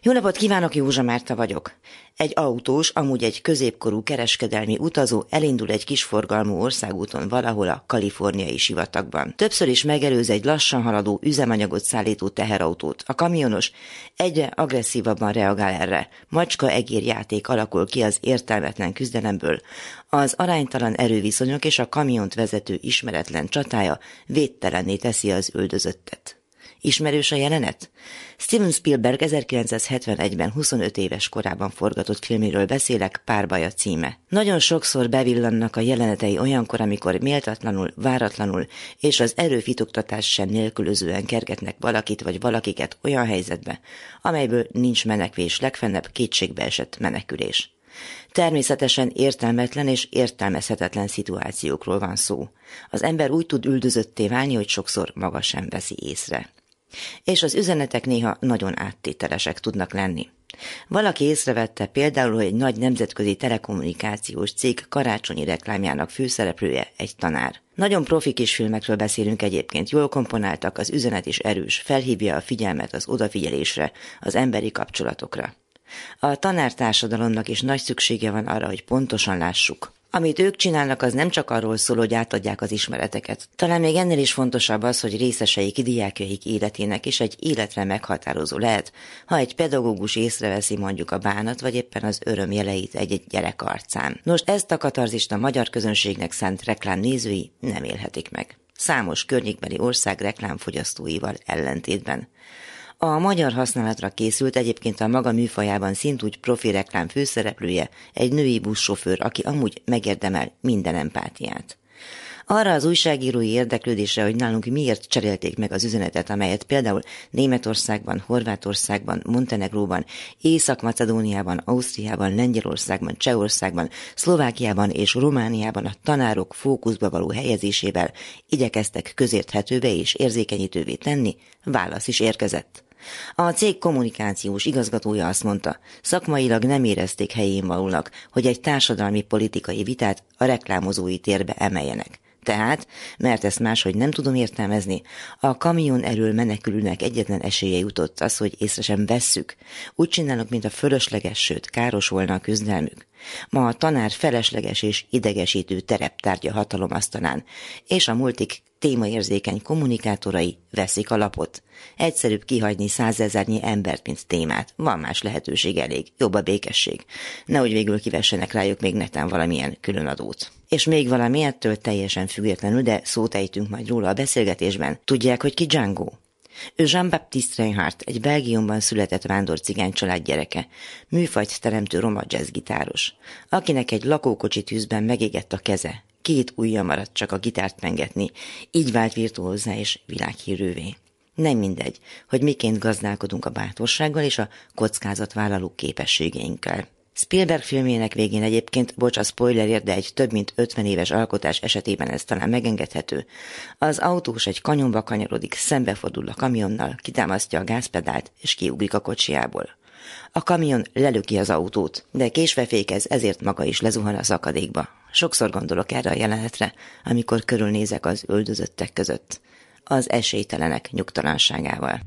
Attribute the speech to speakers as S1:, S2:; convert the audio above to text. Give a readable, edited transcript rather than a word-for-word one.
S1: Jó napot kívánok, Józsa Márta vagyok. Egy autós, amúgy egy középkorú kereskedelmi utazó elindul egy kisforgalmú országúton valahol a kaliforniai sivatagban. Többször is megelőz egy lassan haladó üzemanyagot szállító teherautót. A kamionos egyre agresszívabban reagál erre. Macska-egér-játék alakul ki az értelmetlen küzdelemből. Az aránytalan erőviszonyok és a kamiont vezető ismeretlen csatája védtelenné teszi az üldözöttet. Ismerős a jelenet? Steven Spielberg 1971-ben 25 éves korában forgatott filméről beszélek, Párbaj a címe. Nagyon sokszor bevillannak a jelenetei olyankor, amikor méltatlanul, váratlanul és az erőfitoktatás sem nélkülözően kergetnek valakit vagy valakiket olyan helyzetbe, amelyből nincs menekvés, legfennebb kétségbeesett menekülés. Természetesen értelmetlen és értelmezhetetlen szituációkról van szó. Az ember úgy tud üldözötté válni, hogy sokszor maga sem veszi észre. És az üzenetek néha nagyon áttételesek tudnak lenni. Valaki észrevette például, hogy egy nagy nemzetközi telekommunikációs cég karácsonyi reklámjának főszereplője egy tanár. Nagyon profi kis filmekről beszélünk egyébként, jól komponáltak, az üzenet is erős, felhívja a figyelmet az odafigyelésre, az emberi kapcsolatokra. A tanártársadalomnak is nagy szüksége van arra, hogy pontosan lássuk. Amit ők csinálnak, az nem csak arról szól, hogy átadják az ismereteket. Talán még ennél is fontosabb az, hogy részeseik, diákjaik életének is egy életre meghatározó lehet, ha egy pedagógus észreveszi mondjuk a bánat, vagy éppen az öröm jeleit egy gyerek arcán. Nos, ezt a katarzist a magyar közönségnek szánt reklám nézői nem élhetik meg. Számos környékbeli ország reklámfogyasztóival ellentétben. A magyar használatra készült, egyébként a maga műfajában szintúgy profi reklám főszereplője egy női buszsofőr, aki amúgy megérdemel minden empátiát. Arra az újságírói érdeklődésre, hogy nálunk miért cserélték meg az üzenetet, amelyet például Németországban, Horvátországban, Montenegróban, Észak-Macedóniában, Ausztriában, Lengyelországban, Csehországban, Szlovákiában és Romániában a tanárok fókuszba való helyezésével igyekeztek közérthetővé és érzékenyítővé tenni, válasz is érkezett. A cég kommunikációs igazgatója azt mondta, szakmailag nem érezték helyénvalónak, hogy egy társadalmi-politikai vitát a reklámozói térbe emeljenek. Tehát, mert ezt máshogy nem tudom értelmezni, a kamion elől menekülőnek egyetlen esélye jutott az, hogy észre sem vesszük. Úgy csinálnak, mint a fölösleges, sőt káros volna a küzdelmük. Ma a tanár felesleges és idegesítő tereptárgya hatalomasztalán, és a multik témaérzékeny kommunikátorai veszik a lapot. Egyszerűbb kihagyni 100 000 embert, mint témát. Van más lehetőség elég, jobb a békesség. Nehogy végül kivessenek rájuk még netán valamilyen különadót. És még valami ettől teljesen függetlenül, de szót ejtünk majd róla a beszélgetésben. Tudják, hogy ki Django? Ő Jean-Baptiste Reinhardt, egy Belgiumban született vándorcigány család gyereke, műfajt teremtő roma jazzgitáros, akinek egy lakókocsi tűzben megégett a keze, 2 ujja maradt csak a gitárt pengetni, így vált virtuózzá és világhírűvé. Nem mindegy, hogy miként gazdálkodunk a bátorsággal és a kockázatvállaló képességeinkkel. Spielberg filmjének végén egyébként, bocs a spoilerért, de egy több mint 50 éves alkotás esetében ez talán megengedhető. Az autós egy kanyonba kanyarodik, szembefordul a kamionnal, kitámasztja a gázpedált és kiugrik a kocsiából. A kamion lelöki az autót, de késve fékez, ezért maga is lezuhan a szakadékba. Sokszor gondolok erre a jelenetre, amikor körülnézek az üldözöttek között, az esélytelenek nyugtalanságával.